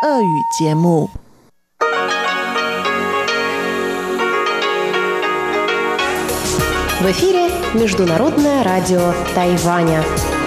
俄语节目。 В эфире Международное радио Тайваня.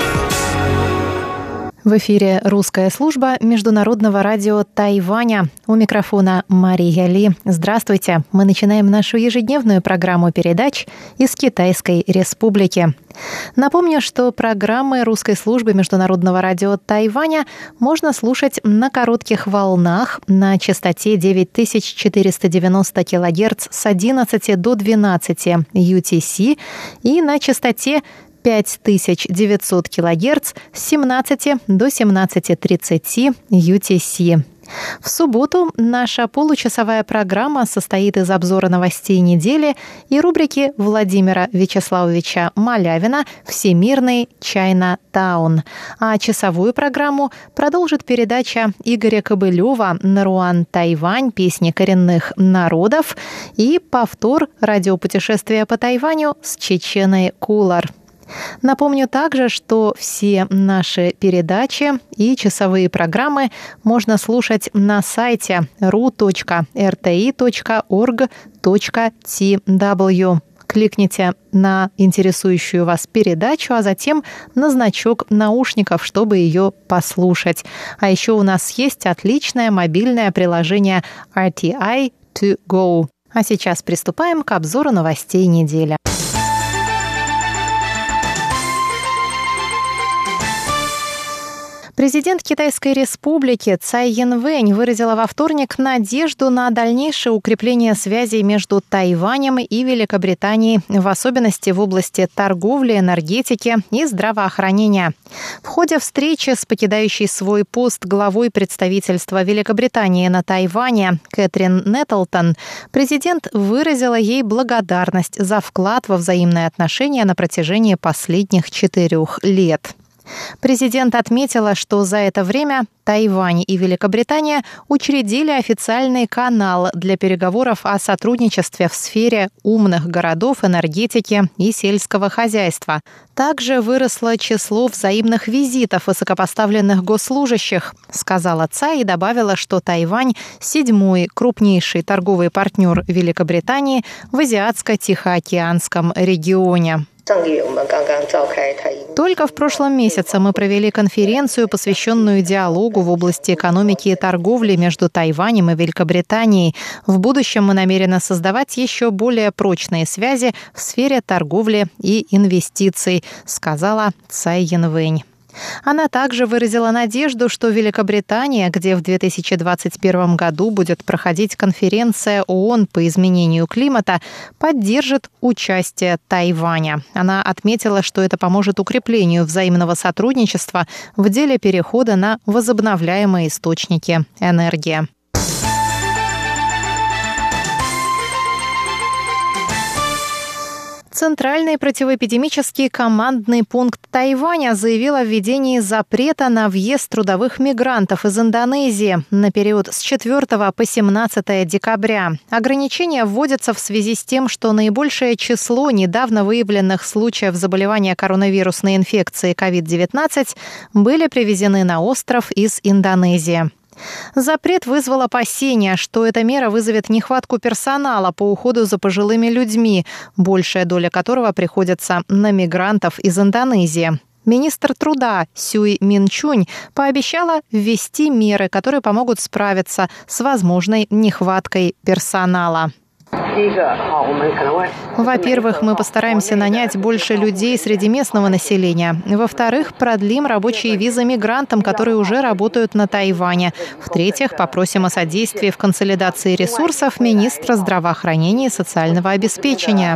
В эфире русская служба Международного радио Тайваня. У микрофона Мария Ли. Здравствуйте. Мы начинаем нашу ежедневную программу передач из Китайской Республики. Напомню, что программы русской службы Международного радио Тайваня можно слушать на коротких волнах на частоте 9490 кГц с 11 до 12 UTC и на частоте 5900 кГц с 17 до 17:30 UTC. В субботу наша получасовая программа состоит из обзора новостей недели и рубрики Владимира Вячеславовича Малявина «Всемирный Чайна-таун». А часовую программу продолжит передача Игоря Кобылева «Наруан Тайвань. Песни коренных народов» и повтор радиопутешествия по Тайваню с Чеченой Кулар. Напомню также, что все наши передачи и часовые программы можно слушать на сайте ru.rti.org.tw. Кликните на интересующую вас передачу, а затем на значок наушников, чтобы ее послушать. А еще у нас есть отличное мобильное приложение RTI To Go. А сейчас приступаем к обзору новостей недели. Президент Китайской Республики Цай Янвэнь выразила во вторник надежду на дальнейшее укрепление связей между Тайванем и Великобританией, в особенности в области торговли, энергетики и здравоохранения. В ходе встречи с покидающей свой пост главой представительства Великобритании на Тайване Кэтрин Нэттлтон президент выразила ей благодарность за вклад во взаимные отношения на протяжении последних 4 лет. Президент отметила, что за это время Тайвань и Великобритания учредили официальный канал для переговоров о сотрудничестве в сфере умных городов, энергетики и сельского хозяйства. Также выросло число взаимных визитов высокопоставленных госслужащих, сказала Цай и добавила, что Тайвань – 7-й крупнейший торговый партнер Великобритании в Азиатско-Тихоокеанском регионе. Только в прошлом месяце мы провели конференцию, посвященную диалогу в области экономики и торговли между Тайванем и Великобританией. В будущем мы намерены создавать еще более прочные связи в сфере торговли и инвестиций, сказала Цай Янвэнь. Она также выразила надежду, что Великобритания, где в 2021 году будет проходить конференция ООН по изменению климата, поддержит участие Тайваня. Она отметила, что это поможет укреплению взаимного сотрудничества в деле перехода на возобновляемые источники энергии. Центральный противоэпидемический командный пункт Тайваня заявил о введении запрета на въезд трудовых мигрантов из Индонезии на период с 4 по 17 декабря. Ограничения вводятся в связи с тем, что наибольшее число недавно выявленных случаев заболевания коронавирусной инфекцией COVID-19 были привезены на остров из Индонезии. Запрет вызвал опасения, что эта мера вызовет нехватку персонала по уходу за пожилыми людьми, большая доля которого приходится на мигрантов из Индонезии. Министр труда Сюй Минчунь пообещала ввести меры, которые помогут справиться с возможной нехваткой персонала. Во-первых, мы постараемся нанять больше людей среди местного населения. Во-вторых, продлим рабочие визы мигрантам, которые уже работают на Тайване. В-третьих, попросим о содействии в консолидации ресурсов министра здравоохранения и социального обеспечения,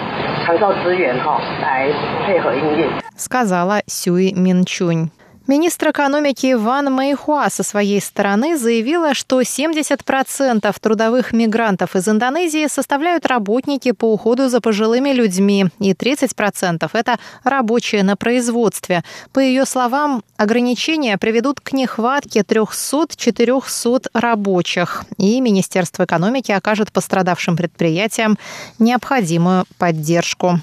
сказала Сюй Минчунь. Министр экономики Ван Мэйхуа со своей стороны заявила, что 70% трудовых мигрантов из Индонезии составляют работники по уходу за пожилыми людьми, и 30% – это рабочие на производстве. По ее словам, ограничения приведут к нехватке 300-400 рабочих, и Министерство экономики окажет пострадавшим предприятиям необходимую поддержку.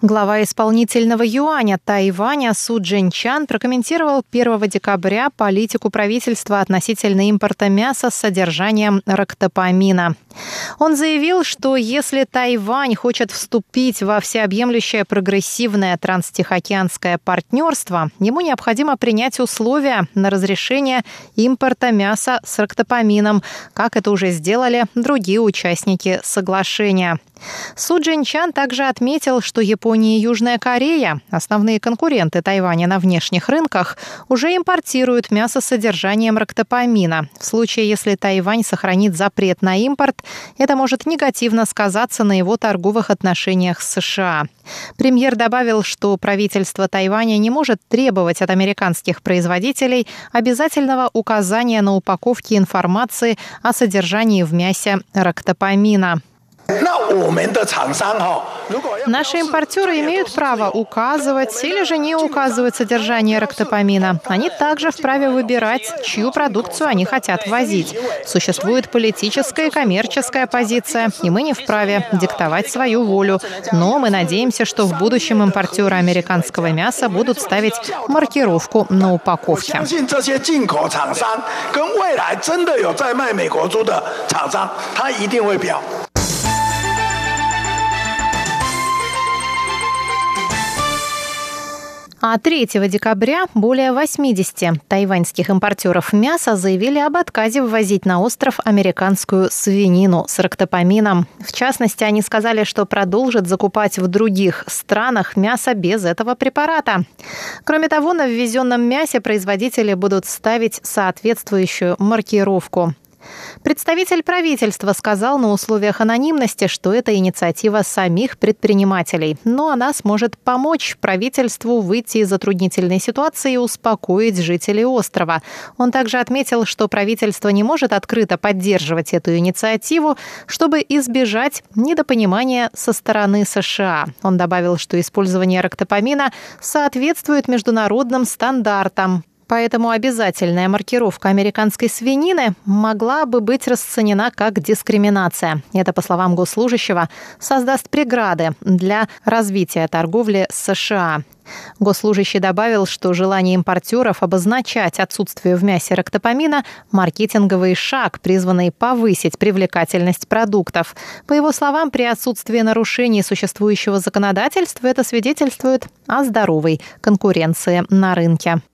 Глава исполнительного юаня Тайваня Су Чжэньчан прокомментировал 1 декабря политику правительства относительно импорта мяса с содержанием рактопамина. Он заявил, что если Тайвань хочет вступить во всеобъемлющее прогрессивное транстихоокеанское партнерство, ему необходимо принять условия на разрешение импорта мяса с рактопамином, как это уже сделали другие участники соглашения. Су Чжэньчан также отметил, что Япония и Южная Корея, основные конкуренты Тайваня на внешних рынках, уже импортируют мясо с содержанием рактопамина. В случае, если Тайвань сохранит запрет на импорт, это может негативно сказаться на его торговых отношениях с США. Премьер добавил, что правительство Тайваня не может требовать от американских производителей обязательного указания на упаковке информации о содержании в мясе рактопамина. Наши импортеры имеют право указывать или же не указывать содержание рактопамина. Они также вправе выбирать, чью продукцию они хотят ввозить. Существует политическая и коммерческая позиция, и мы не вправе диктовать свою волю. Но мы надеемся, что в будущем импортеры американского мяса будут ставить маркировку на упаковке. А 3 декабря более 80 тайваньских импортеров мяса заявили об отказе ввозить на остров американскую свинину с рактопамином. В частности, они сказали, что продолжат закупать в других странах мясо без этого препарата. Кроме того, на ввезенном мясе производители будут ставить соответствующую маркировку. Представитель правительства сказал на условиях анонимности, что это инициатива самих предпринимателей, но она сможет помочь правительству выйти из затруднительной ситуации и успокоить жителей острова. Он также отметил, что правительство не может открыто поддерживать эту инициативу, чтобы избежать недопонимания со стороны США. Он добавил, что использование рактопамина соответствует международным стандартам. Поэтому обязательная маркировка американской свинины могла бы быть расценена как дискриминация. Это, по словам госслужащего, создаст преграды для развития торговли с США. Госслужащий добавил, что желание импортеров обозначать отсутствие в мясе рактопамина – маркетинговый шаг, призванный повысить привлекательность продуктов. По его словам, при отсутствии нарушений существующего законодательства это свидетельствует о здоровой конкуренции на рынке.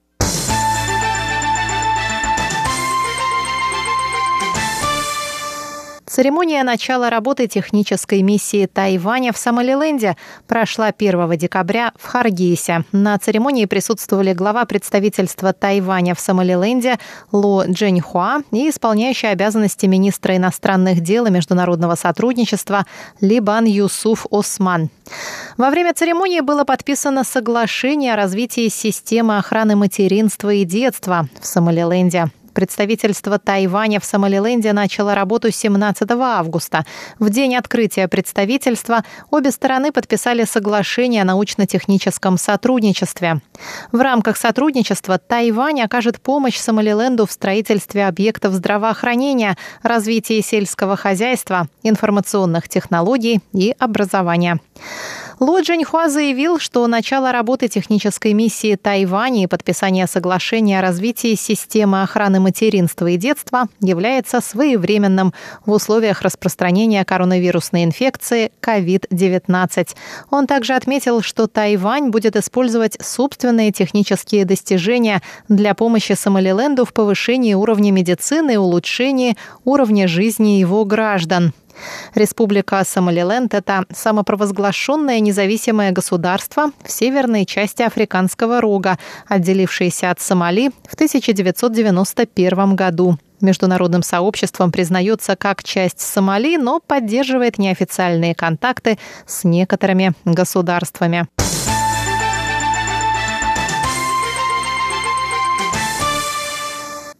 Церемония начала работы технической миссии Тайваня в Сомалиленде прошла 1 декабря в Харгейсе. На церемонии присутствовали глава представительства Тайваня в Сомалиленде Ло Джэньхуа и исполняющий обязанности министра иностранных дел и международного сотрудничества Либан Юсуф Осман. Во время церемонии было подписано соглашение о развитии системы охраны материнства и детства в Сомалиленде. Представительство Тайваня в Сомалиленде начало работу 17 августа. В день открытия представительства обе стороны подписали соглашение о научно-техническом сотрудничестве. В рамках сотрудничества Тайвань окажет помощь Сомалиленду в строительстве объектов здравоохранения, развитии сельского хозяйства, информационных технологий и образования. Ло Джэньхуа заявил, что начало работы технической миссии Тайваня и подписание соглашения о развитии системы охраны материнства и детства является своевременным в условиях распространения коронавирусной инфекции COVID-19. Он также отметил, что Тайвань будет использовать собственные технические достижения для помощи Сомалиленду в повышении уровня медицины и улучшении уровня жизни его граждан. Республика Сомалиленд – это самопровозглашенное независимое государство в северной части Африканского рога, отделившееся от Сомали в 1991 году. Международным сообществом признается как часть Сомали, но поддерживает неофициальные контакты с некоторыми государствами.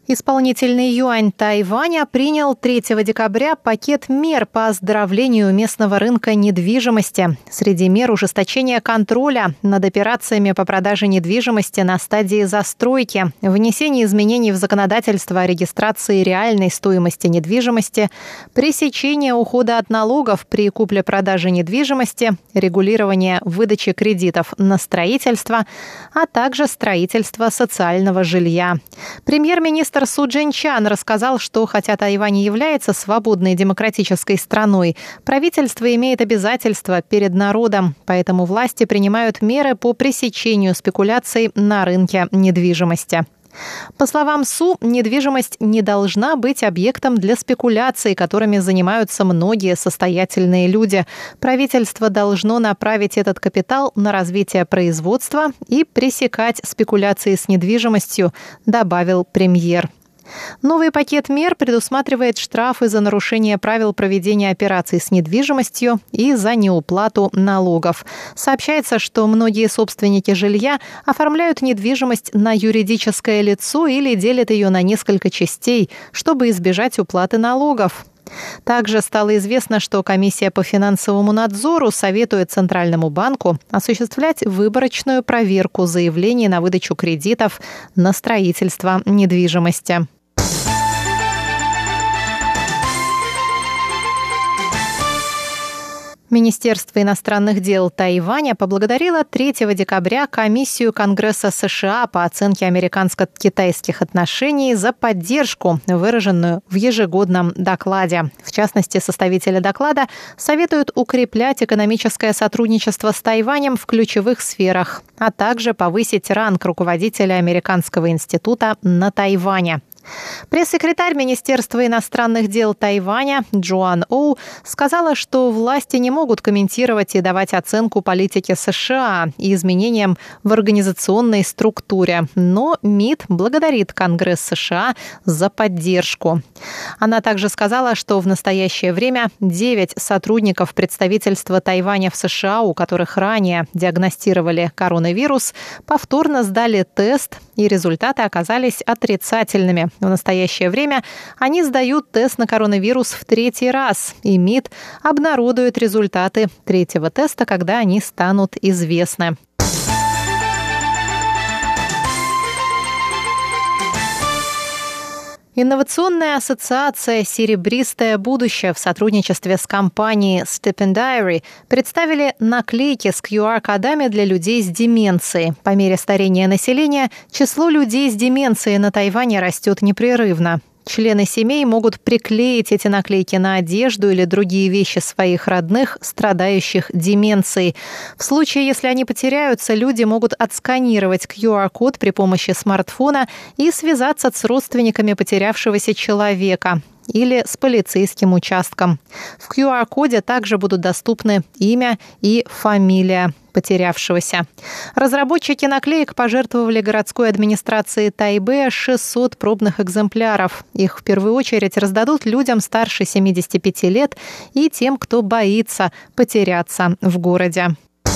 Исполнительный юань Тайваня принял 3 декабря пакет мер по оздоровлению местного рынка недвижимости. Среди мер ужесточение контроля над операциями по продаже недвижимости на стадии застройки, внесение изменений в законодательство о регистрации реальной стоимости недвижимости, пресечение ухода от налогов при купле-продаже недвижимости, регулирование выдачи кредитов на строительство, а также строительство социального жилья. Премьер-министр Су Чжэньчан рассказал, что хотя Тайвань не является свободной демократической страной, правительство имеет обязательства перед народом, поэтому власти принимают меры по пресечению спекуляций на рынке недвижимости. По словам Су, недвижимость не должна быть объектом для спекуляций, которыми занимаются многие состоятельные люди. Правительство должно направить этот капитал на развитие производства и пресекать спекуляции с недвижимостью, добавил премьер. Новый пакет мер предусматривает штрафы за нарушение правил проведения операций с недвижимостью и за неуплату налогов. Сообщается, что многие собственники жилья оформляют недвижимость на юридическое лицо или делят ее на несколько частей, чтобы избежать уплаты налогов. Также стало известно, что Комиссия по финансовому надзору советует Центральному банку осуществлять выборочную проверку заявлений на выдачу кредитов на строительство недвижимости. Министерство иностранных дел Тайваня поблагодарило 3 декабря Комиссию Конгресса США по оценке американско-китайских отношений за поддержку, выраженную в ежегодном докладе. В частности, составители доклада советуют укреплять экономическое сотрудничество с Тайванем в ключевых сферах, а также повысить ранг руководителя Американского института на Тайване. Пресс-секретарь Министерства иностранных дел Тайваня Джоан Оу сказала, что власти не могут комментировать и давать оценку политике США и изменениям в организационной структуре, но МИД благодарит Конгресс США за поддержку. Она также сказала, что в настоящее время 9 сотрудников представительства Тайваня в США, у которых ранее диагностировали коронавирус, повторно сдали тест, и результаты оказались отрицательными. В настоящее время они сдают тест на коронавирус в 3-й раз, и МИД обнародует результаты 3-го теста, когда они станут известны. Инновационная ассоциация «Серебристое будущее» в сотрудничестве с компанией Stipendiary представили наклейки с QR-кодами для людей с деменцией. По мере старения населения число людей с деменцией на Тайване растет непрерывно. Члены семей могут приклеить эти наклейки на одежду или другие вещи своих родных, страдающих деменцией. В случае, если они потеряются, люди могут отсканировать QR-код при помощи смартфона и связаться с родственниками потерявшегося человека или с полицейским участком. В QR-коде также будут доступны имя и фамилия потерявшегося. Разработчики наклеек пожертвовали городской администрации Тайбэя 600 пробных экземпляров. Их в первую очередь раздадут людям старше 75 лет и тем, кто боится потеряться в городе.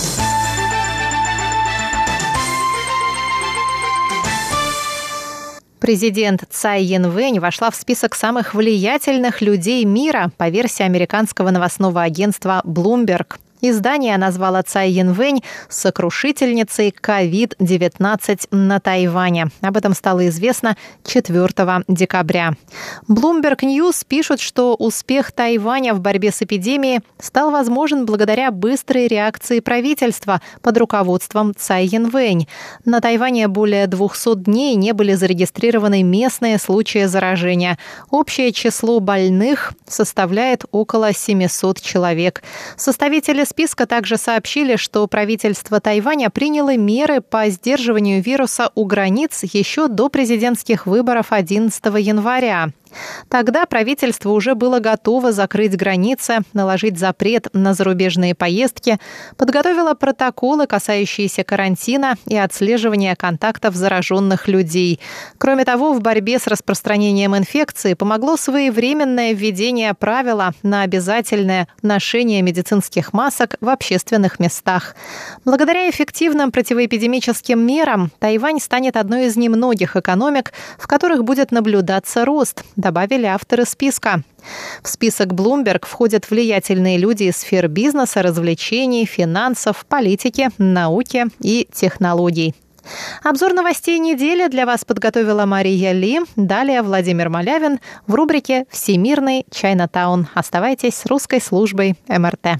Президент Цай Янвэнь вошла в список самых влиятельных людей мира по версии американского новостного агентства Bloomberg. Издание назвало Цай Янвэнь сокрушительницей COVID-19 на Тайване. Об этом стало известно 4 декабря. Bloomberg News пишут, что успех Тайваня в борьбе с эпидемией стал возможен благодаря быстрой реакции правительства под руководством Цай Янвэнь. На Тайване более 200 дней не были зарегистрированы местные случаи заражения. Общее число больных составляет около 700 человек. Составители списка также сообщили, что правительство Тайваня приняло меры по сдерживанию вируса у границ еще до президентских выборов 11 января. Тогда правительство уже было готово закрыть границы, наложить запрет на зарубежные поездки, подготовило протоколы, касающиеся карантина и отслеживания контактов зараженных людей. Кроме того, в борьбе с распространением инфекции помогло своевременное введение правила на обязательное ношение медицинских масок в общественных местах. Благодаря эффективным противоэпидемическим мерам Тайвань станет одной из немногих экономик, в которых будет наблюдаться рост, добавили авторы списка. В список Bloomberg входят влиятельные люди из сфер бизнеса, развлечений, финансов, политики, науки и технологий. Обзор новостей недели для вас подготовила Мария Ли. Далее Владимир Малявин в рубрике «Всемирный Чайнатаун». Оставайтесь с русской службой МРТ.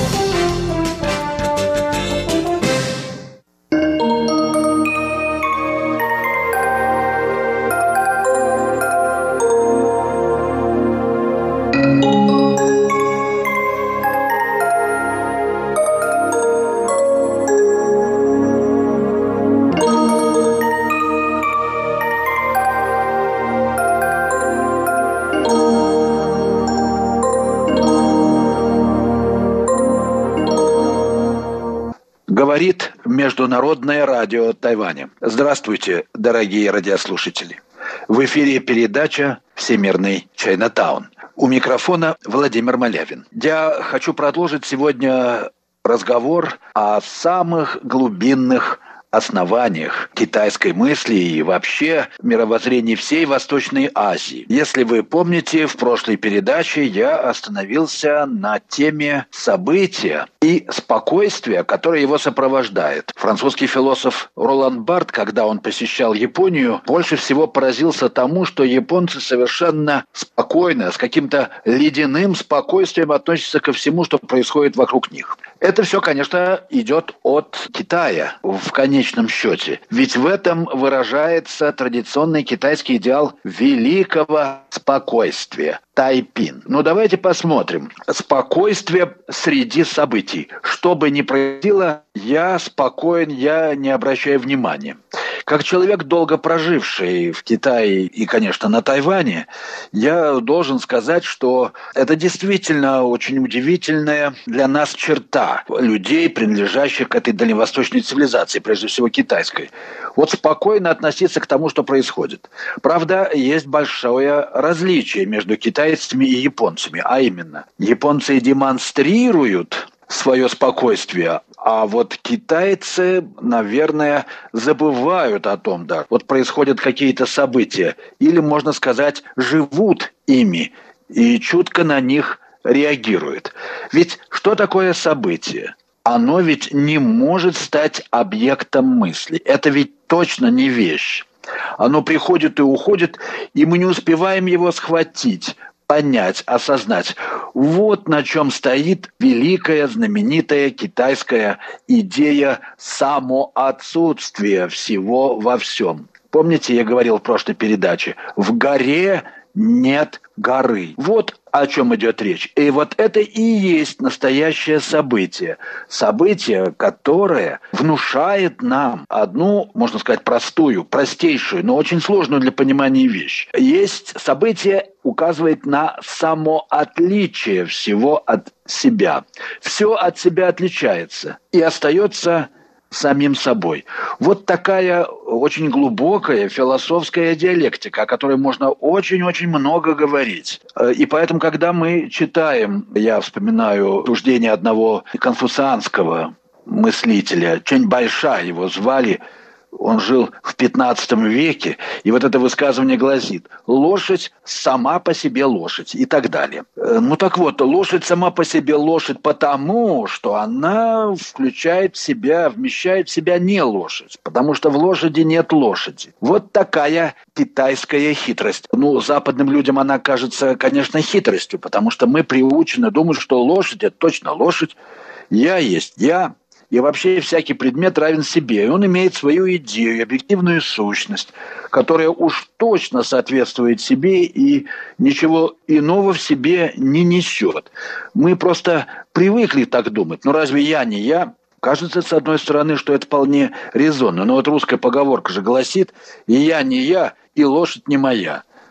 Говорит Международное радио Тайваня. Здравствуйте, дорогие радиослушатели. В эфире передача «Всемирный Чайнатаун». У микрофона Владимир Малявин. Я хочу продолжить сегодня разговор о самых глубинных основаниях китайской мысли и вообще мировоззрении всей Восточной Азии. Если вы помните, в прошлой передаче я остановился на теме события и спокойствия, которое его сопровождает. Французский философ Ролан Барт, когда он посещал Японию, больше всего поразился тому, что японцы совершенно спокойно, с каким-то ледяным спокойствием относятся ко всему, что происходит вокруг них. Это все, конечно, идет от Китая в конечном счете. Ведь в этом выражается традиционный китайский идеал великого спокойствия. Тайпин. Ну, давайте посмотрим. Спокойствие среди событий. Что бы ни происходило, я спокоен, я не обращаю внимания. Как человек, долго проживший в Китае и, конечно, на Тайване, я должен сказать, что это действительно очень удивительная для нас черта людей, принадлежащих к этой дальневосточной цивилизации, прежде всего китайской. Вот спокойно относиться к тому, что происходит. Правда, есть большое различие между китайцами и японцами, а именно, японцы демонстрируют свое спокойствие, а вот китайцы, наверное, забывают о том, да. Вот происходят какие-то события, или, можно сказать, живут ими и чутко на них реагируют. Ведь что такое событие? Оно ведь не может стать объектом мысли. Это ведь точно не вещь. Оно приходит и уходит, и мы не успеваем его схватить, понять, осознать. Вот на чем стоит великая, знаменитая китайская идея самоотсутствия всего во всем. Помните, я говорил в прошлой передаче, в горе нет горы. Вот о чем идет речь. И вот это и есть настоящее событие. Событие, которое внушает нам одну, можно сказать, простейшую, но очень сложную для понимания вещь. Есть событие, указывает на самоотличие всего от себя. Все от себя отличается и остается самим собой. Вот такая очень глубокая философская диалектика, о которой можно очень-очень много говорить. И поэтому, когда мы читаем, я вспоминаю суждение одного конфуцианского мыслителя, Чэнь Байша его звали, он жил в 15 веке, и вот это высказывание гласит: «Лошадь сама по себе лошадь» и так далее. Ну так вот, лошадь сама по себе лошадь потому, что она вмещает в себя не лошадь, потому что в лошади нет лошади. Вот такая китайская хитрость. Ну, западным людям она кажется, конечно, хитростью, потому что мы приучены думать, что лошадь – это точно лошадь, я есть я. И вообще всякий предмет равен себе. И он имеет свою идею, объективную сущность, которая уж точно соответствует себе и ничего иного в себе не несет. Мы просто привыкли так думать. Ну разве я не я? Кажется, с одной стороны, что это вполне резонно. Но вот русская поговорка же гласит: «И я не я, и лошадь не моя».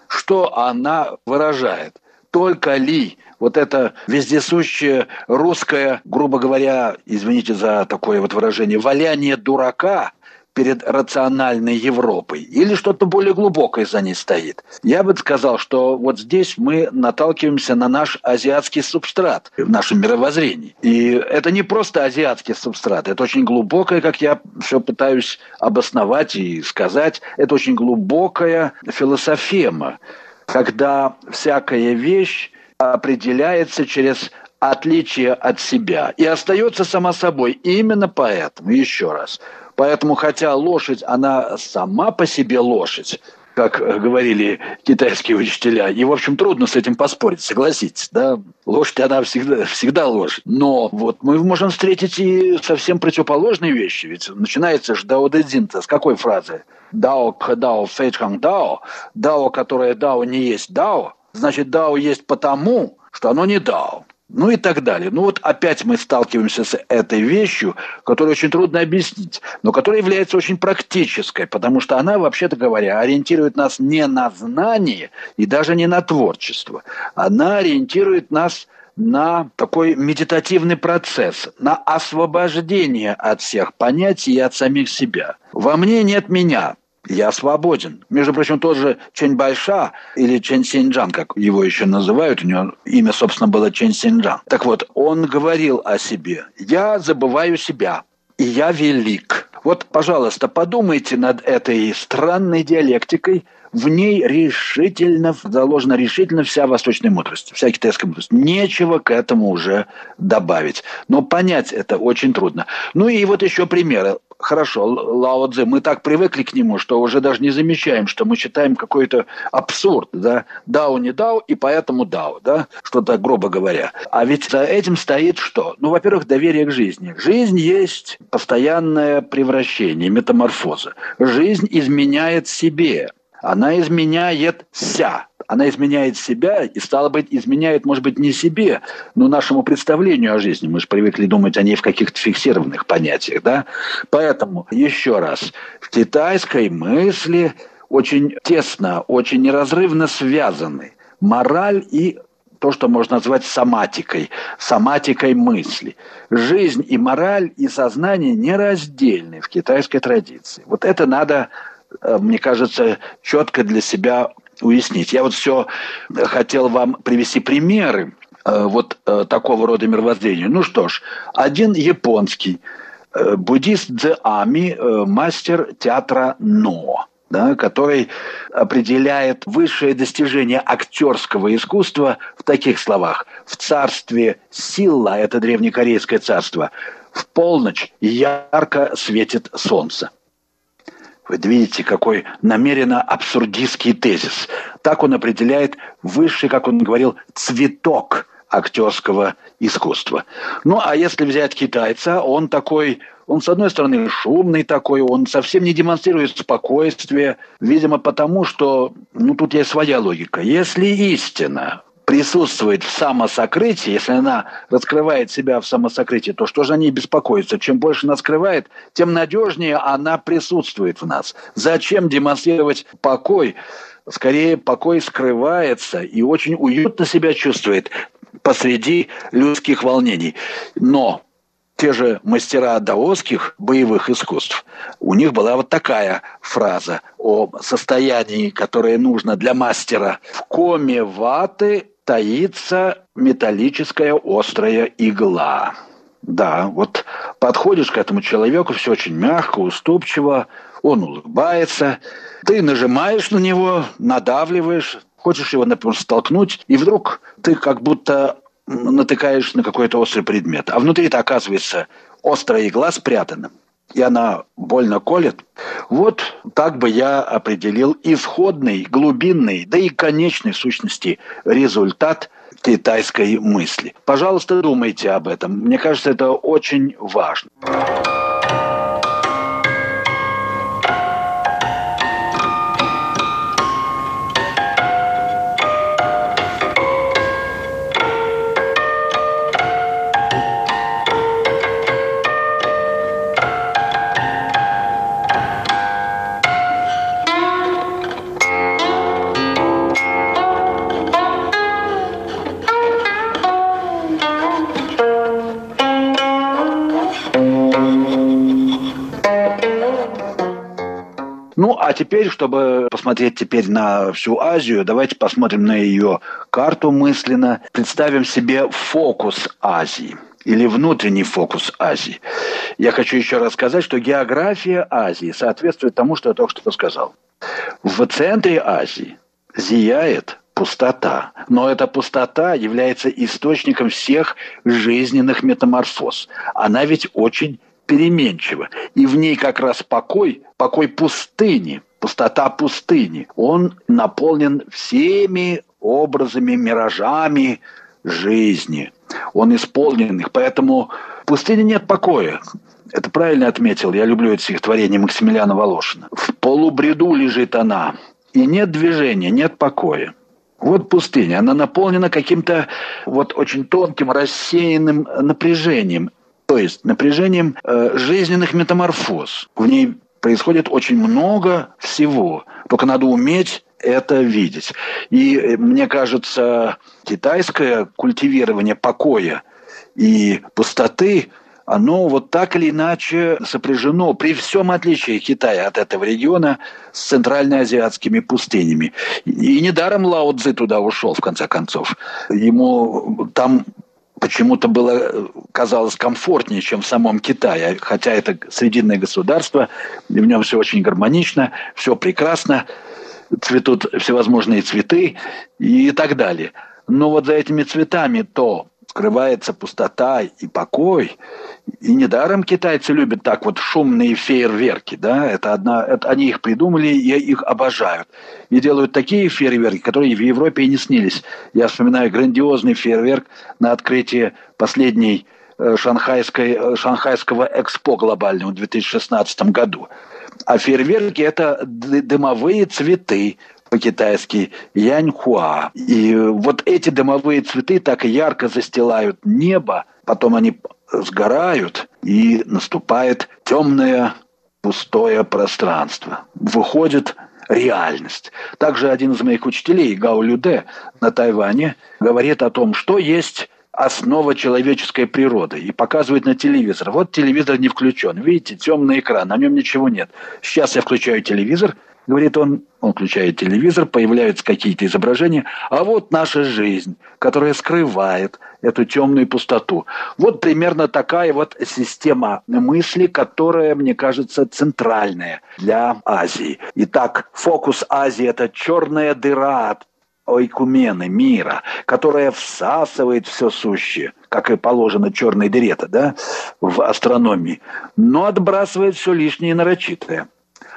что она выражает? Только ли вот это вездесущее русское, грубо говоря, извините за такое вот выражение, валяние дурака перед рациональной Европой? Или что-то более глубокое за ней стоит? Я бы сказал, что вот здесь мы наталкиваемся на наш азиатский субстрат в нашем мировоззрении. И это не просто азиатский субстрат, это очень глубокое, как я все пытаюсь обосновать и сказать, это очень глубокая философема, когда всякая вещь определяется через отличие от себя и остается сама собой. И именно поэтому, еще раз, поэтому, хотя лошадь, она сама по себе лошадь, как говорили китайские учителя, и, в общем, трудно с этим поспорить, согласитесь, да? Лошадь, она всегда лошадь. Но вот мы можем встретить и совсем противоположные вещи, ведь начинается же Дао Дэ Цзин с какой фразы? Дао кэ дао фэй чхang дао, дао, которое дао не есть дао, значит, дао есть потому, что оно не дао. Ну и так далее. Ну вот опять мы сталкиваемся с этой вещью, которую очень трудно объяснить, но которая является очень практической, потому что она, вообще-то говоря, ориентирует нас не на знание и даже не на творчество. Она ориентирует нас на такой медитативный процесс, на освобождение от всех понятий и от самих себя. Во мне нет меня. Я свободен. Между прочим, тот же Чэнь Байша или Чэнь Синьчжан, как его еще называют, у него имя, собственно, было Чэнь Синьчжан. Так вот, он говорил о себе: «Я забываю себя, и я велик». Вот, пожалуйста, подумайте над этой странной диалектикой. В ней заложена решительно вся восточная мудрость, вся китайская мудрость. Нечего к этому уже добавить. Но понять это очень трудно. Ну и вот еще примеры. Хорошо, Лао Цзы, мы так привыкли к нему, что уже даже не замечаем, что мы читаем какой-то абсурд, да? Дао не дао, и поэтому дао, да? Что-то грубо говоря. А ведь за этим стоит что? Ну, во-первых, доверие к жизни. Жизнь есть постоянное превращение, метаморфоза. Жизнь изменяет себе. Она изменяется. Она изменяет себя и, стало быть, изменяет, может быть, не себе, но нашему представлению о жизни. Мы же привыкли думать о ней в каких-то фиксированных понятиях, да? Поэтому, еще раз, в китайской мысли очень тесно, очень неразрывно связаны мораль и то, что можно назвать соматикой мысли. Жизнь и мораль, и сознание нераздельны в китайской традиции. Вот это надо, мне кажется, четко для себя уяснить. Я вот все хотел вам привести примеры вот такого рода мировоззрения. Ну что ж, один японский буддист Цзэ Ами, мастер театра Но, да, который определяет высшее достижение актерского искусства в таких словах: в царстве Силла, это древнекорейское царство, в полночь ярко светит солнце. Вы видите, какой намеренно абсурдистский тезис. Так он определяет высший, как он говорил, цветок актерского искусства. Ну, а если взять китайца, он с одной стороны шумный такой, он совсем не демонстрирует спокойствие, видимо, потому что, тут есть своя логика. Если истина присутствует в самосокрытии, если она раскрывает себя в самосокрытии, то что же о ней беспокоиться? Чем больше она скрывает, тем надежнее она присутствует в нас. Зачем демонстрировать покой? Скорее, покой скрывается и очень уютно себя чувствует посреди людских волнений. Но те же мастера даосских боевых искусств, у них была вот такая фраза о состоянии, которое нужно для мастера. В коме ваты таится металлическая острая игла. Да, вот подходишь к этому человеку, все очень мягко, уступчиво, он улыбается, ты нажимаешь на него, надавливаешь, хочешь его, например, столкнуть, и вдруг ты как будто натыкаешь на какой-то острый предмет, а внутри-то оказывается острая игла спрятана, и она больно колет. Вот так бы я определил исходный, глубинный, да и конечный, в сущности, результат китайской мысли. Пожалуйста, думайте об этом. Мне кажется, это очень важно. Ну, а теперь, чтобы посмотреть теперь на всю Азию, давайте посмотрим на ее карту мысленно, представим себе фокус Азии или внутренний фокус Азии. Я хочу еще раз сказать, что география Азии соответствует тому, что я только что сказал. В центре Азии зияет пустота, но эта пустота является источником всех жизненных метаморфоз. Она ведь очень переменчива, и в ней как раз покой пустыни, пустота пустыни. Он наполнен всеми образами, миражами жизни. Он исполнен их, поэтому в пустыне нет покоя. Это правильно отметил, я люблю это стихотворение Максимилиана Волошина. В полубреду лежит она, и нет движения, нет покоя. Вот пустыня, она наполнена каким-то вот очень тонким, рассеянным напряжением, то есть напряжением жизненных метаморфоз. В ней происходит очень много всего, только надо уметь это видеть. И мне кажется, китайское культивирование покоя и пустоты, оно вот так или иначе сопряжено, при всем отличии Китая от этого региона, с центральноазиатскими пустынями. И недаром Лао Цзы туда ушел, в конце концов. Ему там почему-то было, казалось, комфортнее, чем в самом Китае. Хотя это срединное государство, и в нем все очень гармонично, все прекрасно, цветут всевозможные цветы и так далее. Но вот за этими цветами то скрывается пустота и покой. И недаром китайцы любят так вот шумные фейерверки, да, они их придумали, и их обожают. И делают такие фейерверки, которые в Европе и не снились. Я вспоминаю грандиозный фейерверк на открытии последней шанхайского экспо глобального в 2016 году. А фейерверки – это дымовые цветы, по-китайски яньхуа. И вот эти дымовые цветы так ярко застилают небо, потом они сгорают, и наступает темное пустое пространство. Выходит реальность. Также один из моих учителей, Гао Люде, на Тайване, говорит о том, что есть основа человеческой природы, и показывает на телевизор. Вот телевизор не включен. Видите, темный экран, на нем ничего нет. Сейчас я включаю телевизор, говорит он включает телевизор, появляются какие-то изображения, а вот наша жизнь, которая скрывает эту темную пустоту. Вот примерно такая вот система мысли, которая, мне кажется, центральная для Азии. Итак, фокус Азии – это черная дыра от ойкумены мира, которая всасывает все сущее, как и положено черной дыре-то, да, в астрономии, но отбрасывает все лишнее и нарочитое.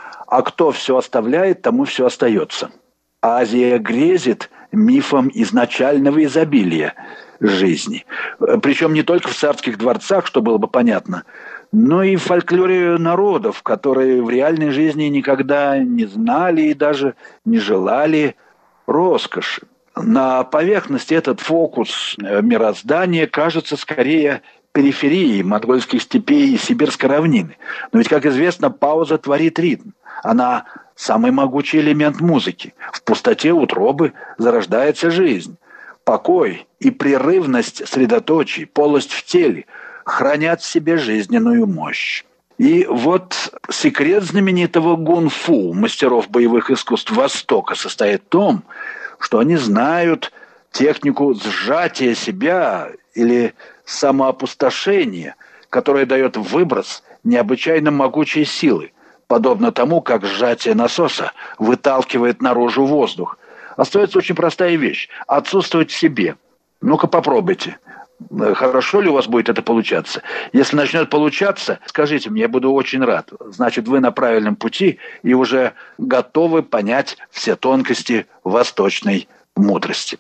А кто все оставляет, тому все остается. Азия грезит мифом изначального изобилия жизни. Причем не только в царских дворцах, что было бы понятно, но и в фольклоре народов, которые в реальной жизни никогда не знали и даже не желали роскоши. На поверхности этот фокус мироздания кажется скорее периферией монгольских степей и сибирской равнины. Но ведь, как известно, пауза творит ритм. Она самый могучий элемент музыки. В пустоте утробы зарождается жизнь. Покой и прерывность средоточий, полость в теле хранят в себе жизненную мощь. И вот секрет знаменитого гунфу, мастеров боевых искусств Востока, состоит в том, что они знают технику сжатия себя или самоопустошения, которая дает выброс необычайно могучей силы, подобно тому, как сжатие насоса выталкивает наружу воздух. Остается очень простая вещь – отсутствовать в себе. Ну-ка попробуйте. Хорошо ли у вас будет это получаться? Если начнет получаться, скажите мне, я буду очень рад. Значит, вы на правильном пути и уже готовы понять все тонкости восточной мудрости.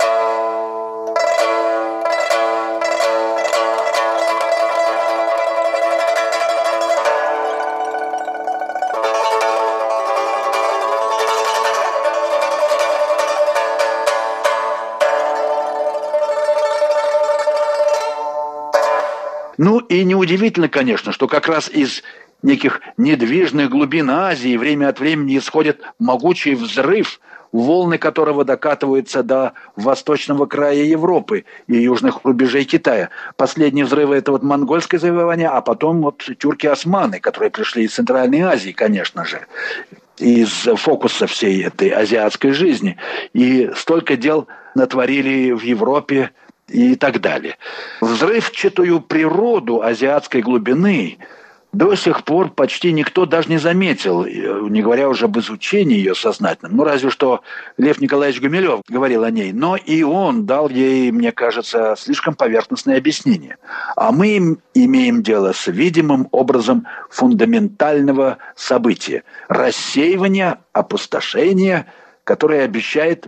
Ну и неудивительно, конечно, что как раз из неких недвижных глубин Азии время от времени исходит могучий взрыв, волны которого докатываются до восточного края Европы и южных рубежей Китая. Последние взрывы – это вот монгольское завоевание, а потом вот тюрки-османы, которые пришли из Центральной Азии, конечно же. из фокуса всей этой азиатской жизни. И столько дел натворили в Европе и так далее. Взрывчатую природу азиатской глубины до сих пор почти никто даже не заметил, не говоря уже об изучении ее сознательном. Ну, разве что Лев Николаевич Гумилев говорил о ней. Но и он дал ей, мне кажется, слишком поверхностное объяснение. А мы имеем дело с видимым образом фундаментального события. Рассеивания, опустошения, которое обещает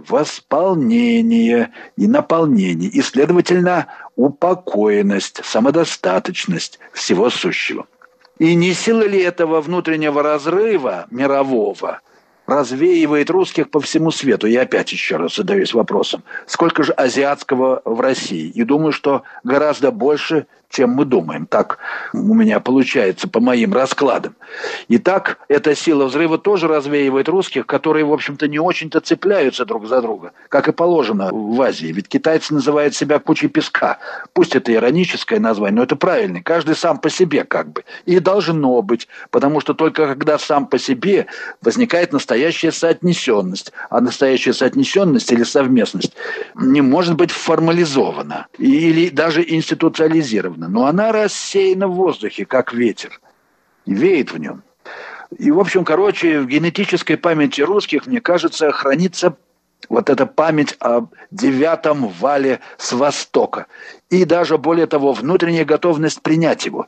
восполнение и наполнение, и, следовательно, упокоенность, самодостаточность всего сущего. И не сила ли этого внутреннего разрыва мирового развеивает русских по всему свету? Я опять еще раз задаюсь вопросом, сколько же азиатского в России? И думаю, что гораздо больше, чем мы думаем. Так у меня получается по моим раскладам. Итак, эта сила взрыва тоже развеивает русских, которые, в общем-то, не очень-то цепляются друг за друга, как и положено в Азии. Ведь китайцы называют себя кучей песка. Пусть это ироническое название, но это правильно. Каждый сам по себе как бы. И должно быть, потому что только когда сам по себе возникает настоящая соотнесенность. А настоящая соотнесенность или совместность не может быть формализована или даже институциализирована. Но она рассеяна в воздухе, как ветер, и веет в нем. И, в общем, в генетической памяти русских, мне кажется, хранится вот эта память о 9-м вале с Востока. И даже, более того, внутренняя готовность принять его,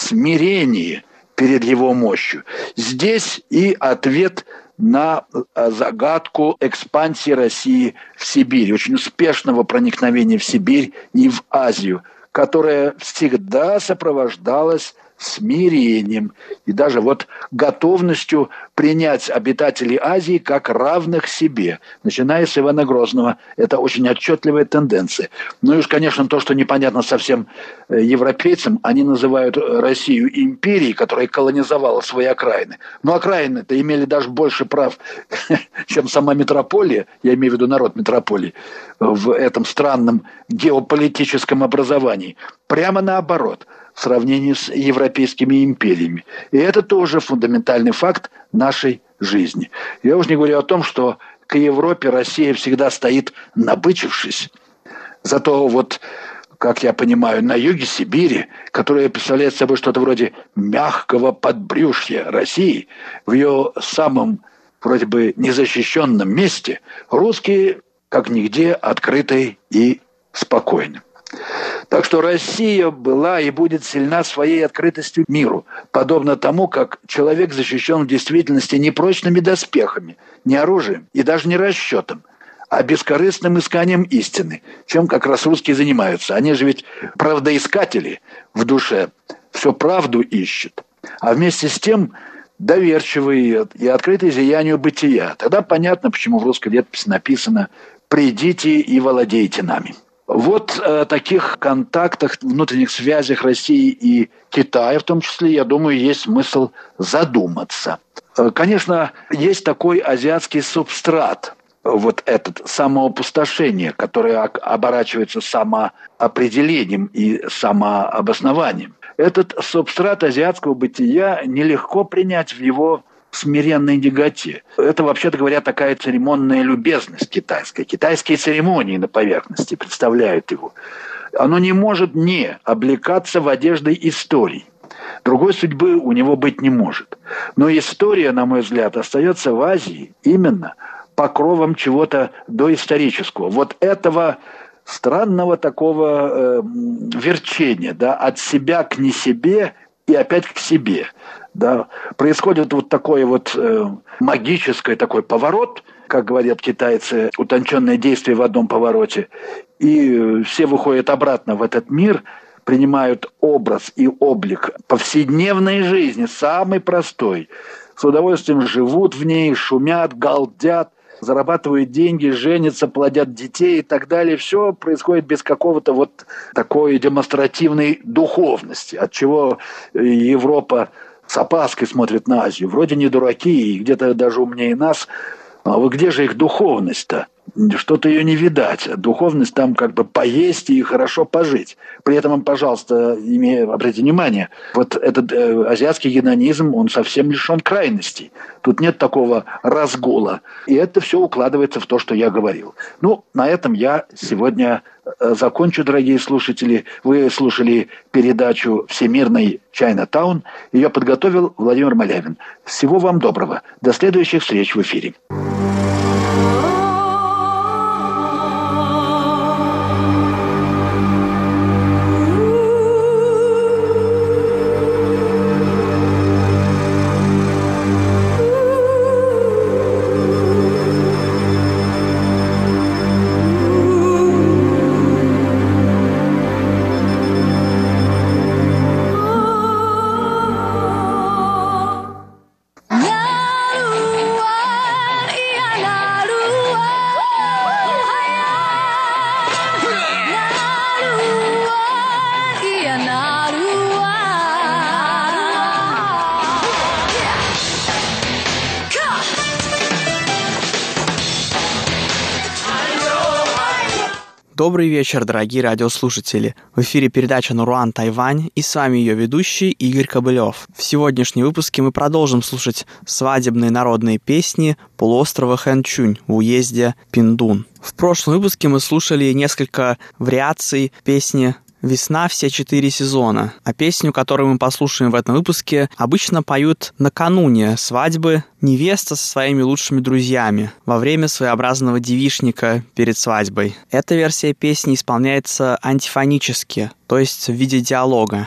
смирение перед его мощью. Здесь и ответ на загадку экспансии России в Сибирь, очень успешного проникновения в Сибирь и в Азию, которая всегда сопровождалась смирением и даже готовностью принять обитателей Азии как равных себе, начиная с Ивана Грозного. Это очень отчетливая тенденция. Ну и уж, конечно, то, что непонятно совсем европейцам, они называют Россию империей, которая колонизовала свои окраины. Но окраины-то имели даже больше прав, чем сама метрополия, я имею в виду народ метрополии, в этом странном геополитическом образовании. Прямо наоборот, в сравнении с европейскими империями. И это тоже фундаментальный факт нашей жизни. Я уже не говорю о том, что к Европе Россия всегда стоит набычившись. Зато как я понимаю, на юге Сибири, которая представляет собой что-то вроде мягкого подбрюшья России, в ее самом вроде бы незащищенном месте, русские как нигде открыты и спокойны. Так что Россия была и будет сильна своей открытостью миру, подобно тому, как человек защищен в действительности не прочными доспехами, не оружием и даже не расчетом, а бескорыстным исканием истины, чем как раз русские занимаются. Они же ведь правдоискатели в душе, всю правду ищут, а вместе с тем доверчивые и открытые зиянию бытия. Тогда понятно, почему в русской летописи написано «придите и владейте нами». О таких контактах, внутренних связях России и Китая, в том числе, я думаю, есть смысл задуматься. Конечно, есть такой азиатский субстрат, этот самоопустошение, которое оборачивается самоопределением и самообоснованием. Этот субстрат азиатского бытия нелегко принять в его смиренной неготе. Это, вообще-то говоря, такая церемонная любезность китайская. Китайские церемонии на поверхности представляют его. Оно не может не облекаться в одежды истории. Другой судьбы у него быть не может. Но история, на мой взгляд, остается в Азии именно покровом чего-то доисторического. Этого странного такого верчения, от себя к не себе и опять к себе. Происходит такой магический такой поворот, как говорят китайцы, утонченное действие в одном повороте, и все выходят обратно в этот мир, принимают образ и облик повседневной жизни, самый простой, с удовольствием живут в ней, шумят, галдят, зарабатывают деньги, женятся, плодят детей и так далее. Все происходит без какого-то такой демонстративной духовности, от чего Европа с опаской смотрит на Азию. Вроде не дураки, и где-то даже умнее нас. А где же их духовность-то? что-то ее не видать. Духовность там как бы поесть и хорошо пожить. При этом, пожалуйста, обратите внимание, вот этот азиатский гедонизм, он совсем лишен крайностей. Тут нет такого разгула. И это все укладывается в то, что я говорил. Ну, на этом я сегодня закончу, дорогие слушатели. Вы слушали передачу «Всемирный Чайна-таун». Ее подготовил Владимир Малявин. Всего вам доброго. До следующих встреч в эфире. Добрый вечер, дорогие радиослушатели. В эфире передача «Наруан Тайвань» и с вами ее ведущий Игорь Кобылев. В сегодняшнем выпуске мы продолжим слушать свадебные народные песни полуострова Хэнчунь в уезде Пиндун. В прошлом выпуске мы слушали несколько вариаций песни «Весна все 4 сезона», а песню, которую мы послушаем в этом выпуске, обычно поют накануне свадьбы невеста со своими лучшими друзьями во время своеобразного девичника перед свадьбой. Эта версия песни исполняется антифонически, то есть в виде диалога.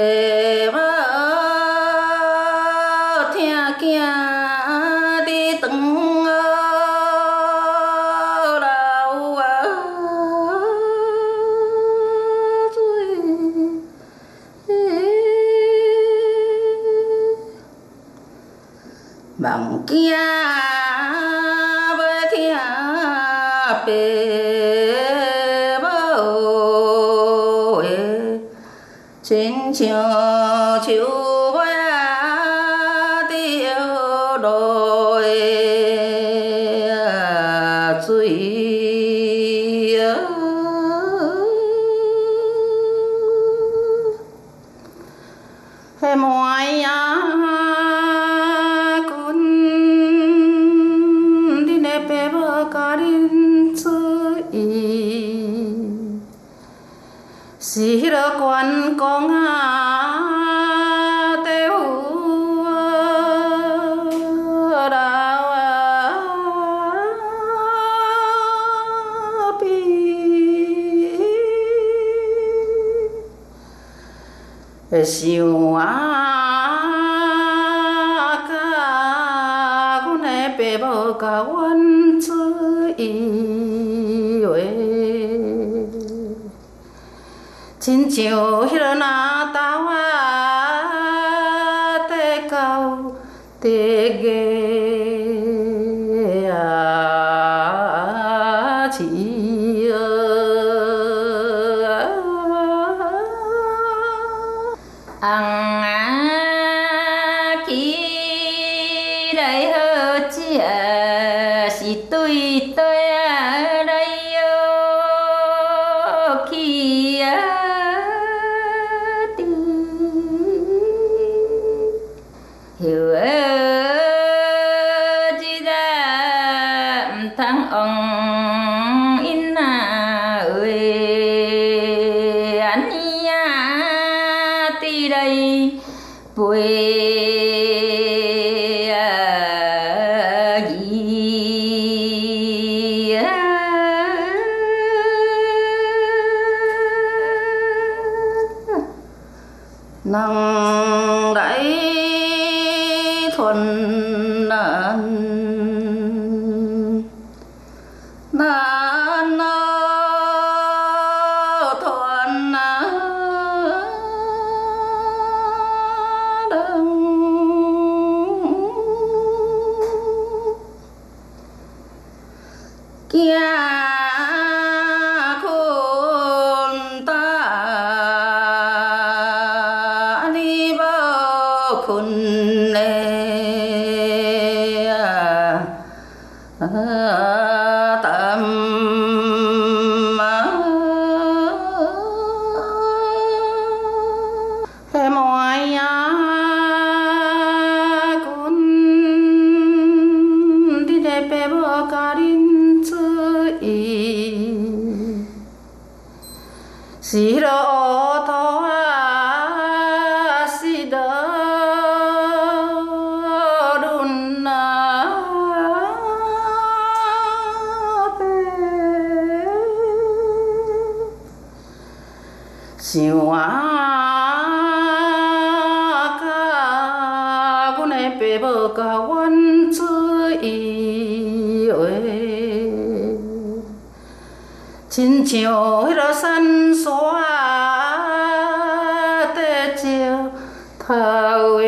bằng kia với thia bề bầu trên chiều chiều với tiêu đôi suy hay mọi sĩ đã quan con tiêu đào bi siêu ca con này bé bao cả quan chữ chính chiều hirana tawa te cao te ge chi ang ki dai ho chi si tui tôi đây ki hiểu chỉ ra thằng ông in ơi anh ya ti đây buổi năng đại thuần nan nan thuần đăng kia tam 阮的爸母甲阮做依话，亲像迄落山山在石头的。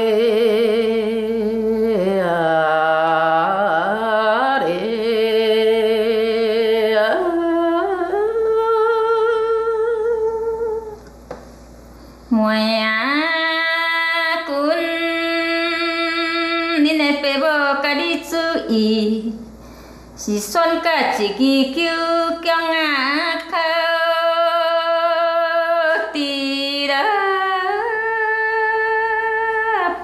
是选甲一支九江口伫那边，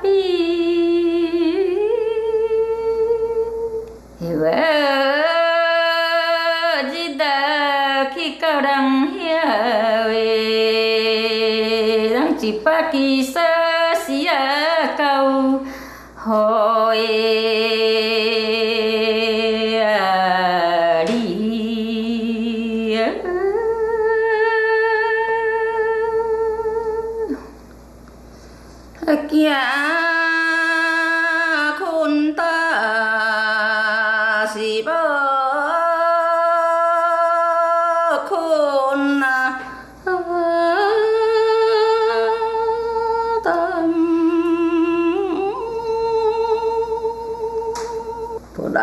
日头去到人遐话，人一百支锁匙啊到好诶。行困倒是无困啊，不然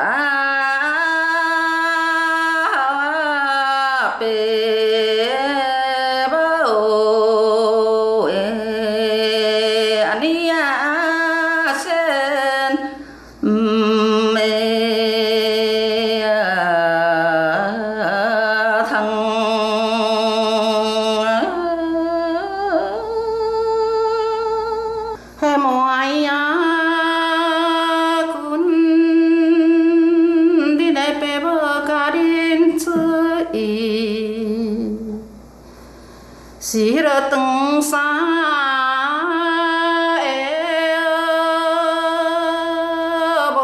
爸是迄落长衫的卖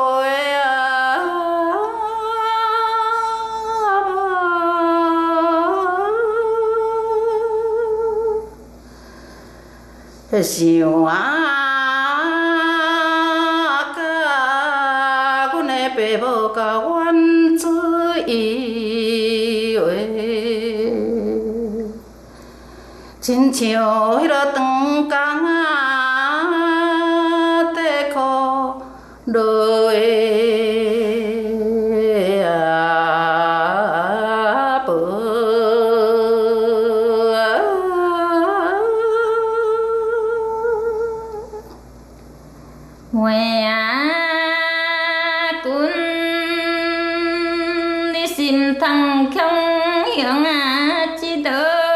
啊，想啊，甲阮的爸母甲阮做依话。亲像迄落长工在苦落的婆，妹仔阮你心通强雄啊，一道。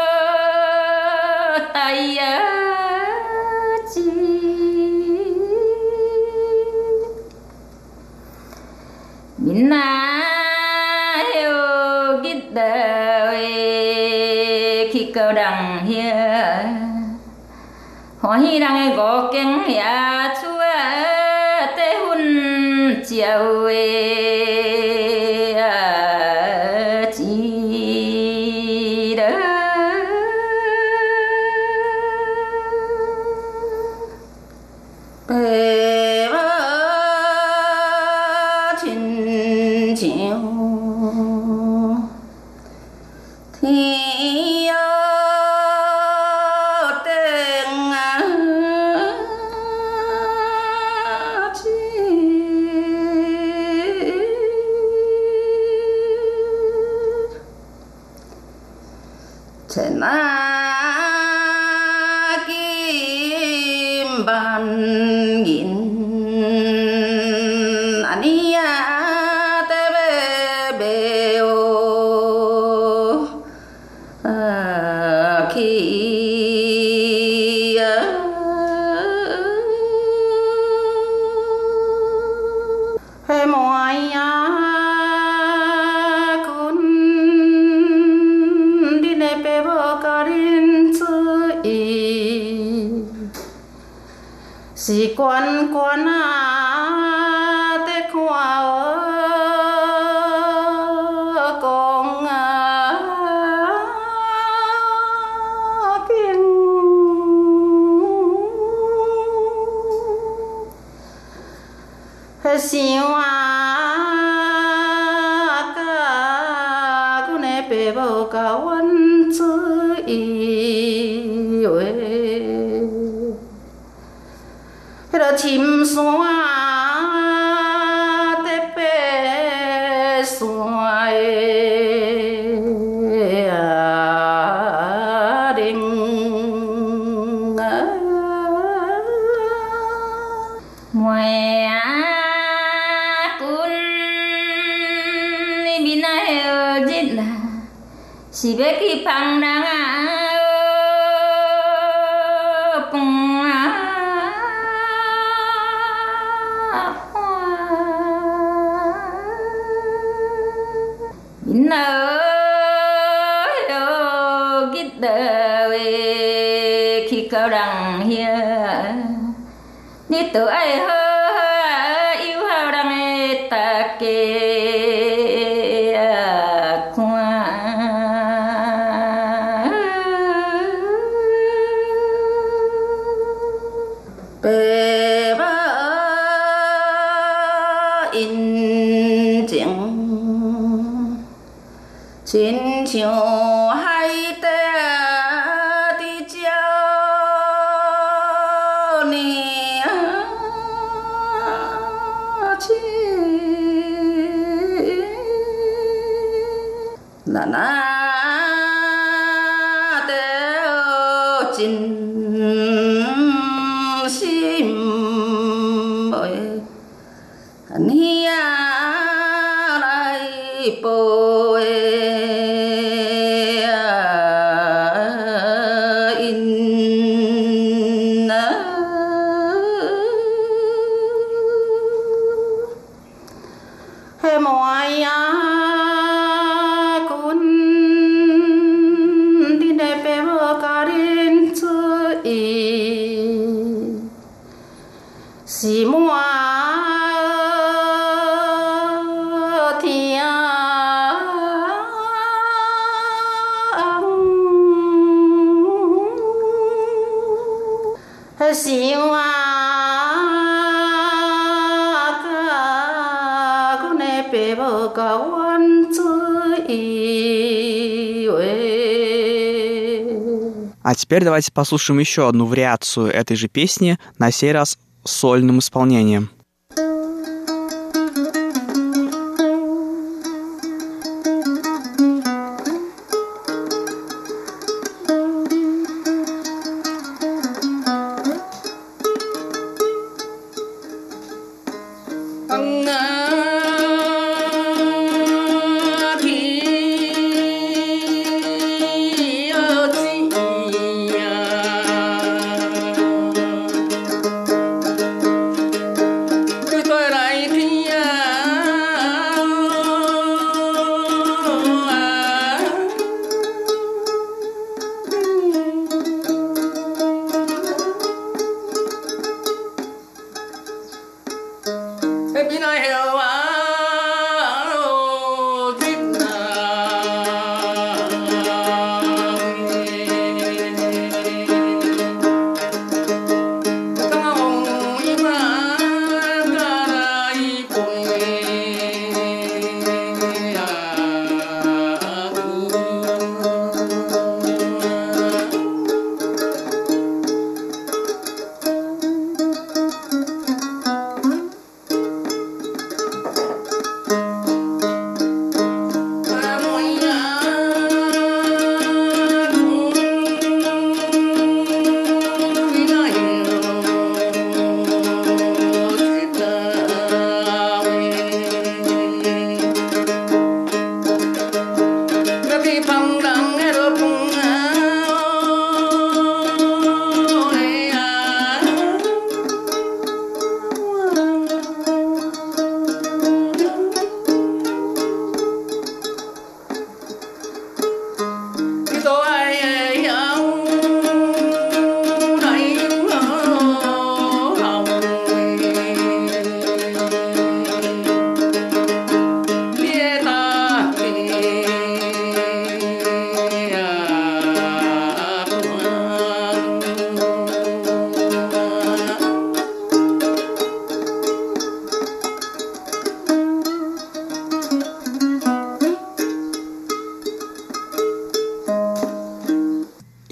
闽南迄日头的去到人遐，欢喜人的五间遐厝啊，在瞓觉的钱了。天哟顶啊，天，千啊金万银，安尼啊，得要卖哦。去啊！迄妹仔困，恁的爸母甲恁做依，是悬悬啊，在看哦。 想甲阮的爸母甲阮做依话，迄落深山在爬山的铃啊，妹啊，阮你明仔后日啦，是要去帮人啊饭啊。明仔后日倒位去到人遐，你着爱好好友好人的大家看。爸母因情亲像海底的鸟呢亲，咱啊着真心的兄仔来抱的。是满天想甲阮的爸母甲阮做依话。 А теперь давайте послушаем еще одну вариацию этой же песни, на сей раз с сольным исполнением.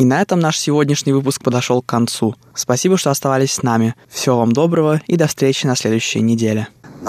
И на этом наш сегодняшний выпуск подошел к концу. Спасибо, что оставались с нами. Всего вам доброго и до встречи на следующей неделе.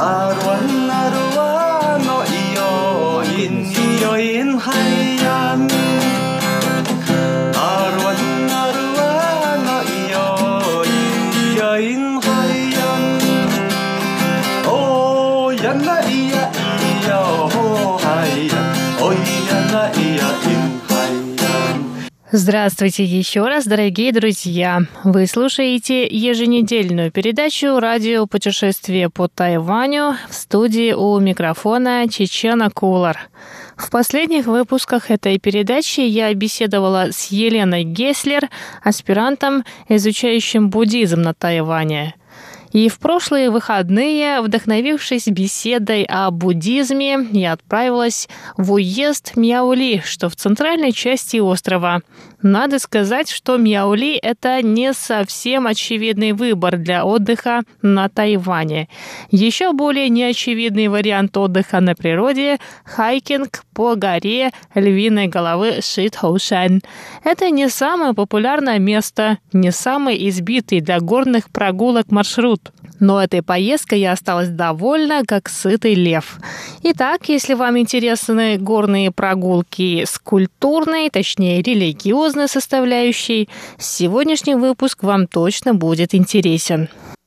Здравствуйте еще раз, дорогие друзья! Вы слушаете еженедельную передачу «Радио путешествие по Тайваню», в студии у микрофона Чечена Кулар. В последних выпусках этой передачи я беседовала с Еленой Геслер, аспирантом, изучающим буддизм на Тайване. И в прошлые выходные, вдохновившись беседой о буддизме, я отправилась в уезд Мяоли, что в центральной части острова. Надо сказать, что Мяоли – это не совсем очевидный выбор для отдыха на Тайване. Еще более неочевидный вариант отдыха на природе – хайкинг по горе Львиной головы Шитоушань. Это не самое популярное место, не самый избитый для горных прогулок маршрут. Но этой поездкой я осталась довольна, как сытый лев. Итак, если вам интересны горные прогулки с культурной, точнее религиозной составляющей, сегодняшний выпуск вам точно будет интересен.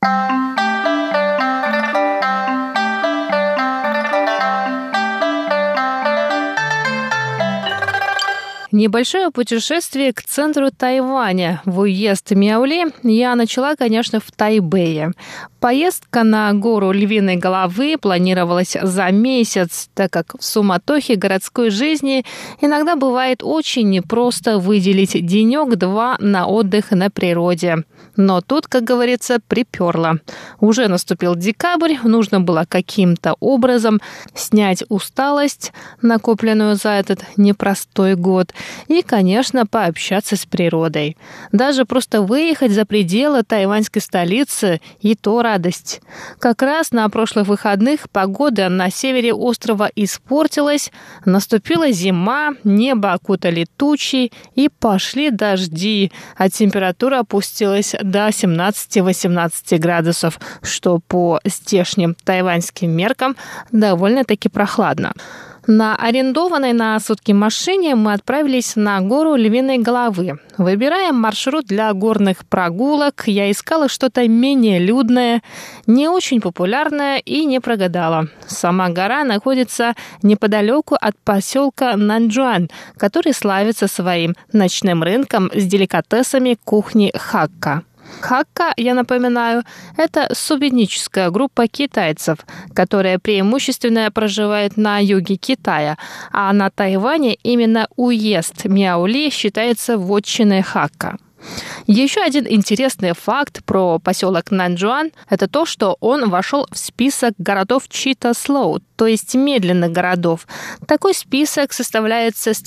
Небольшое путешествие к центру Тайваня в уезд Мяоли я начала, конечно, в Тайбэе. Поездка на гору Львиной головы планировалась за месяц, так как в суматохе городской жизни иногда бывает очень непросто выделить денек-два на отдых на природе. Но тут, как говорится, приперло. Уже наступил декабрь, нужно было каким-то образом снять усталость, накопленную за этот непростой год, и, конечно, пообщаться с природой. Даже просто выехать за пределы тайваньской столицы – и то радость. Как раз на прошлых выходных погода на севере острова испортилась, наступила зима, небо окутали тучи и пошли дожди, а температура опустилась до 17-18 градусов, что по здешним тайваньским меркам довольно-таки прохладно. На арендованной на сутки машине мы отправились на гору Львиной головы. Выбирая маршрут для горных прогулок, я искала что-то менее людное, не очень популярное и не прогадала. Сама гора находится неподалеку от поселка Наньчжуань, который славится своим ночным рынком с деликатесами кухни Хакка. Хакка, я напоминаю, это субэтническая группа китайцев, которая преимущественно проживает на юге Китая, а на Тайване именно уезд Мяоли считается вотчиной Хакка. Еще один интересный факт про поселок Наньчжуань – это то, что он вошел в список городов Cheetah Slow, то есть медленных городов. Такой список составляется с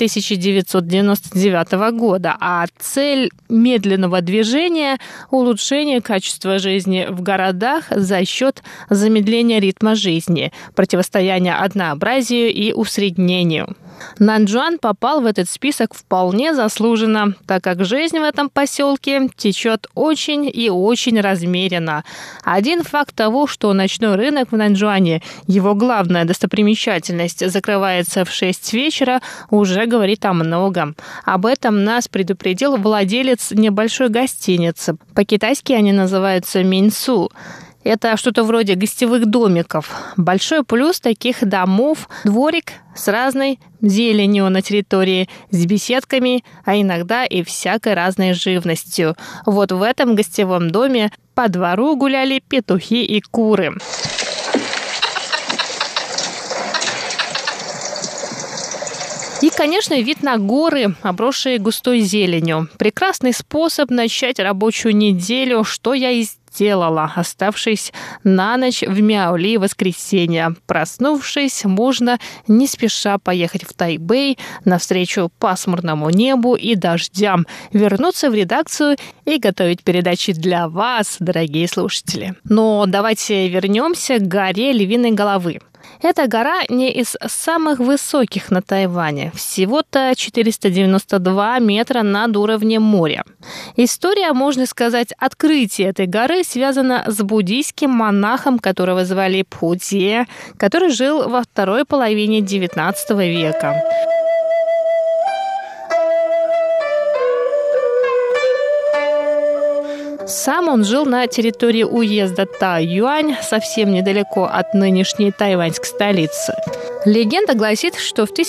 1999 года, а цель медленного движения – улучшение качества жизни в городах за счет замедления ритма жизни, противостояния однообразию и усреднению. Наньчжуань попал в этот список вполне заслуженно, так как жизнь в этом поселке течет очень и очень размеренно. Один факт того, что ночной рынок в Наньчжуане, его главная достопримечательность, закрывается в 6 вечера, уже говорит о многом. Об этом нас предупредил владелец небольшой гостиницы. По-китайски они называются миньсу. Это что-то вроде гостевых домиков. Большой плюс таких домов – дворик с разной зеленью на территории, с беседками, а иногда и всякой разной живностью. Вот в этом гостевом доме по двору гуляли петухи и куры. И, конечно, вид на горы, обросшие густой зеленью. Прекрасный способ начать рабочую неделю, что я и сделала, оставшись на ночь в Мяоли в воскресенье. Проснувшись, можно не спеша поехать в Тайбэй навстречу пасмурному небу и дождям, вернуться в редакцию и готовить передачи для вас, дорогие слушатели. Но давайте вернемся к горе Львиной головы. Эта гора не из самых высоких на Тайване, всего-то 492 метра над уровнем моря. История, можно сказать, открытия этой горы связана с буддийским монахом, которого звали Пхудзе, который жил во второй половине XIX века. Сам он жил на территории уезда Тайюань, совсем недалеко от нынешней тайваньской столицы. Легенда гласит, что в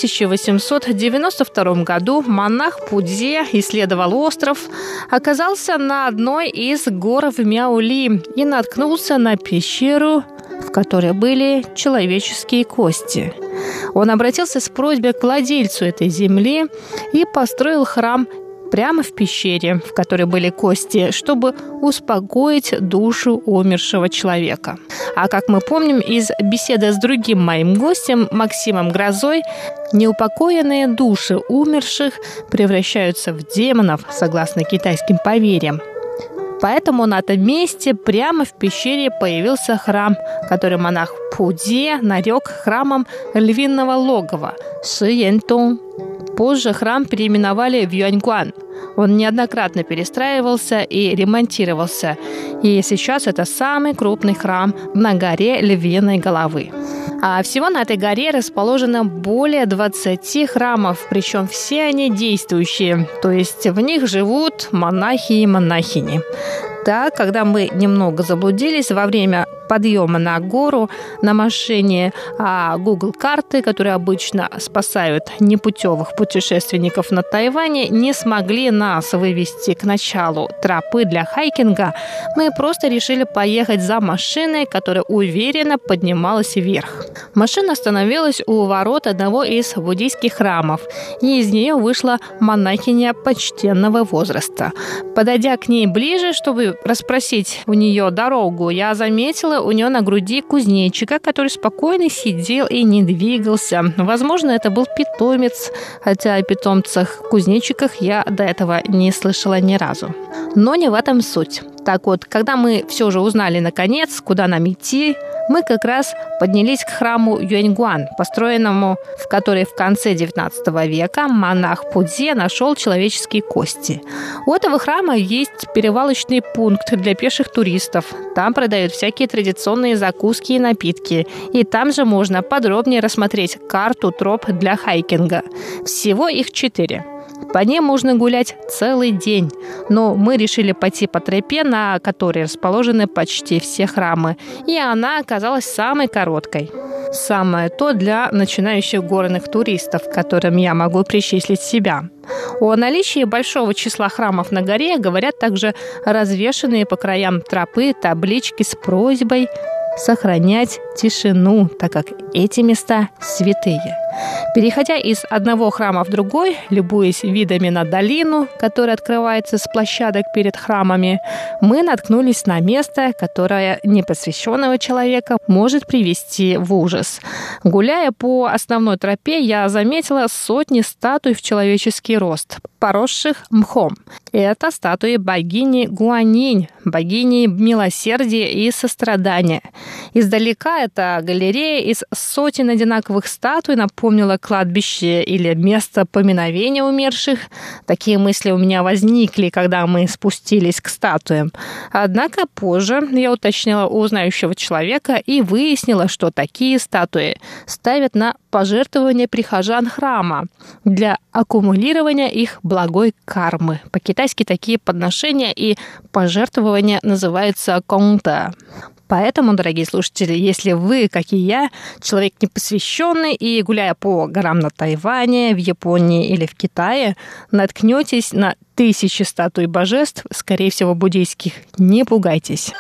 1892 году монах Пхудзе исследовал остров, оказался на одной из гор в Мяули и наткнулся на пещеру, в которой были человеческие кости. Он обратился с просьбой к владельцу этой земли и построил храм прямо в пещере, в которой были кости, чтобы успокоить душу умершего человека. А как мы помним из беседы с другим моим гостем, Максимом Грозой, неупокоенные души умерших превращаются в демонов, согласно китайским поверьям. Поэтому на этом месте прямо в пещере появился храм, который монах Пхудзе нарек храмом львиного логова Шиянтong. Позже храм переименовали в Юаньгуан. Он неоднократно перестраивался и ремонтировался. И сейчас это самый крупный храм на горе Львиной головы. А всего на этой горе расположено более 20 храмов, причем все они действующие, то есть в них живут монахи и монахини. Так, когда мы немного заблудились во время подъема на гору на машине, Google карты, которые обычно спасают непутевых путешественников на Тайване, не смогли нас вывести к началу тропы для хайкинга, мы просто решили поехать за машиной, которая уверенно поднималась вверх. Машина остановилась у ворот одного из буддийских храмов, и из нее вышла монахиня почтенного возраста. Подойдя к ней ближе, чтобы расспросить у нее дорогу, я заметила у нее на груди кузнечика, который спокойно сидел и не двигался. Возможно, это был питомец, хотя о питомцах-кузнечиках я до этого не слышала ни разу. Но не в этом суть. Так вот, когда мы все же узнали, наконец, куда нам идти, мы как раз поднялись к храму Юаньгуан, построенному, в который в конце XIX века монах Пхудзе нашел человеческие кости. У этого храма есть перевалочный пункт для пеших туристов. Там продают всякие традиционные закуски и напитки. И там же можно подробнее рассмотреть карту троп для хайкинга. Всего их 4. По ней можно гулять целый день, но мы решили пойти по тропе, на которой расположены почти все храмы, и она оказалась самой короткой. Самое то для начинающих горных туристов, к которым я могу причислить себя. О наличии большого числа храмов на горе говорят также развешанные по краям тропы таблички с просьбой сохранять тишину, так как эти места святые. Переходя из одного храма в другой, любуясь видами на долину, которая открывается с площадок перед храмами, мы наткнулись на место, которое непосвященного человека может привести в ужас. Гуляя по основной тропе, я заметила сотни статуй в человеческий рост, поросших мхом. Это статуи богини Гуанинь, богини милосердия и сострадания. Издалека эта галерея из сотен одинаковых статуй напомнила кладбище или место поминовения умерших. Такие мысли у меня возникли, когда мы спустились к статуям. Однако позже я уточнила у знающего человека и выяснила, что такие статуи ставят на пожертвования прихожан храма для аккумулирования их благой кармы. По-китайски такие подношения и пожертвования называются конта. Поэтому, дорогие слушатели, если вы, как и я, человек непосвященный и, гуляя по горам на Тайване, в Японии или в Китае, наткнетесь на тысячи статуй божеств, скорее всего, буддийских, не пугайтесь.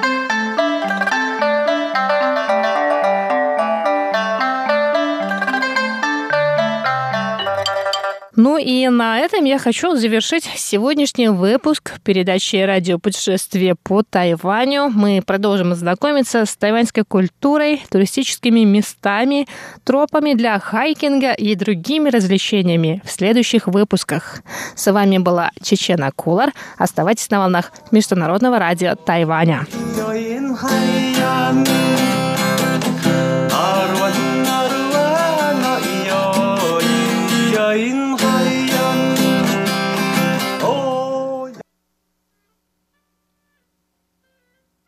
Ну и на этом я хочу завершить сегодняшний выпуск передачи «Радиопутешествие по Тайваню». Мы продолжим знакомиться с тайваньской культурой, туристическими местами, тропами для хайкинга и другими развлечениями в следующих выпусках. С вами была Чечена Кулар. Оставайтесь на волнах Международного радио Тайваня.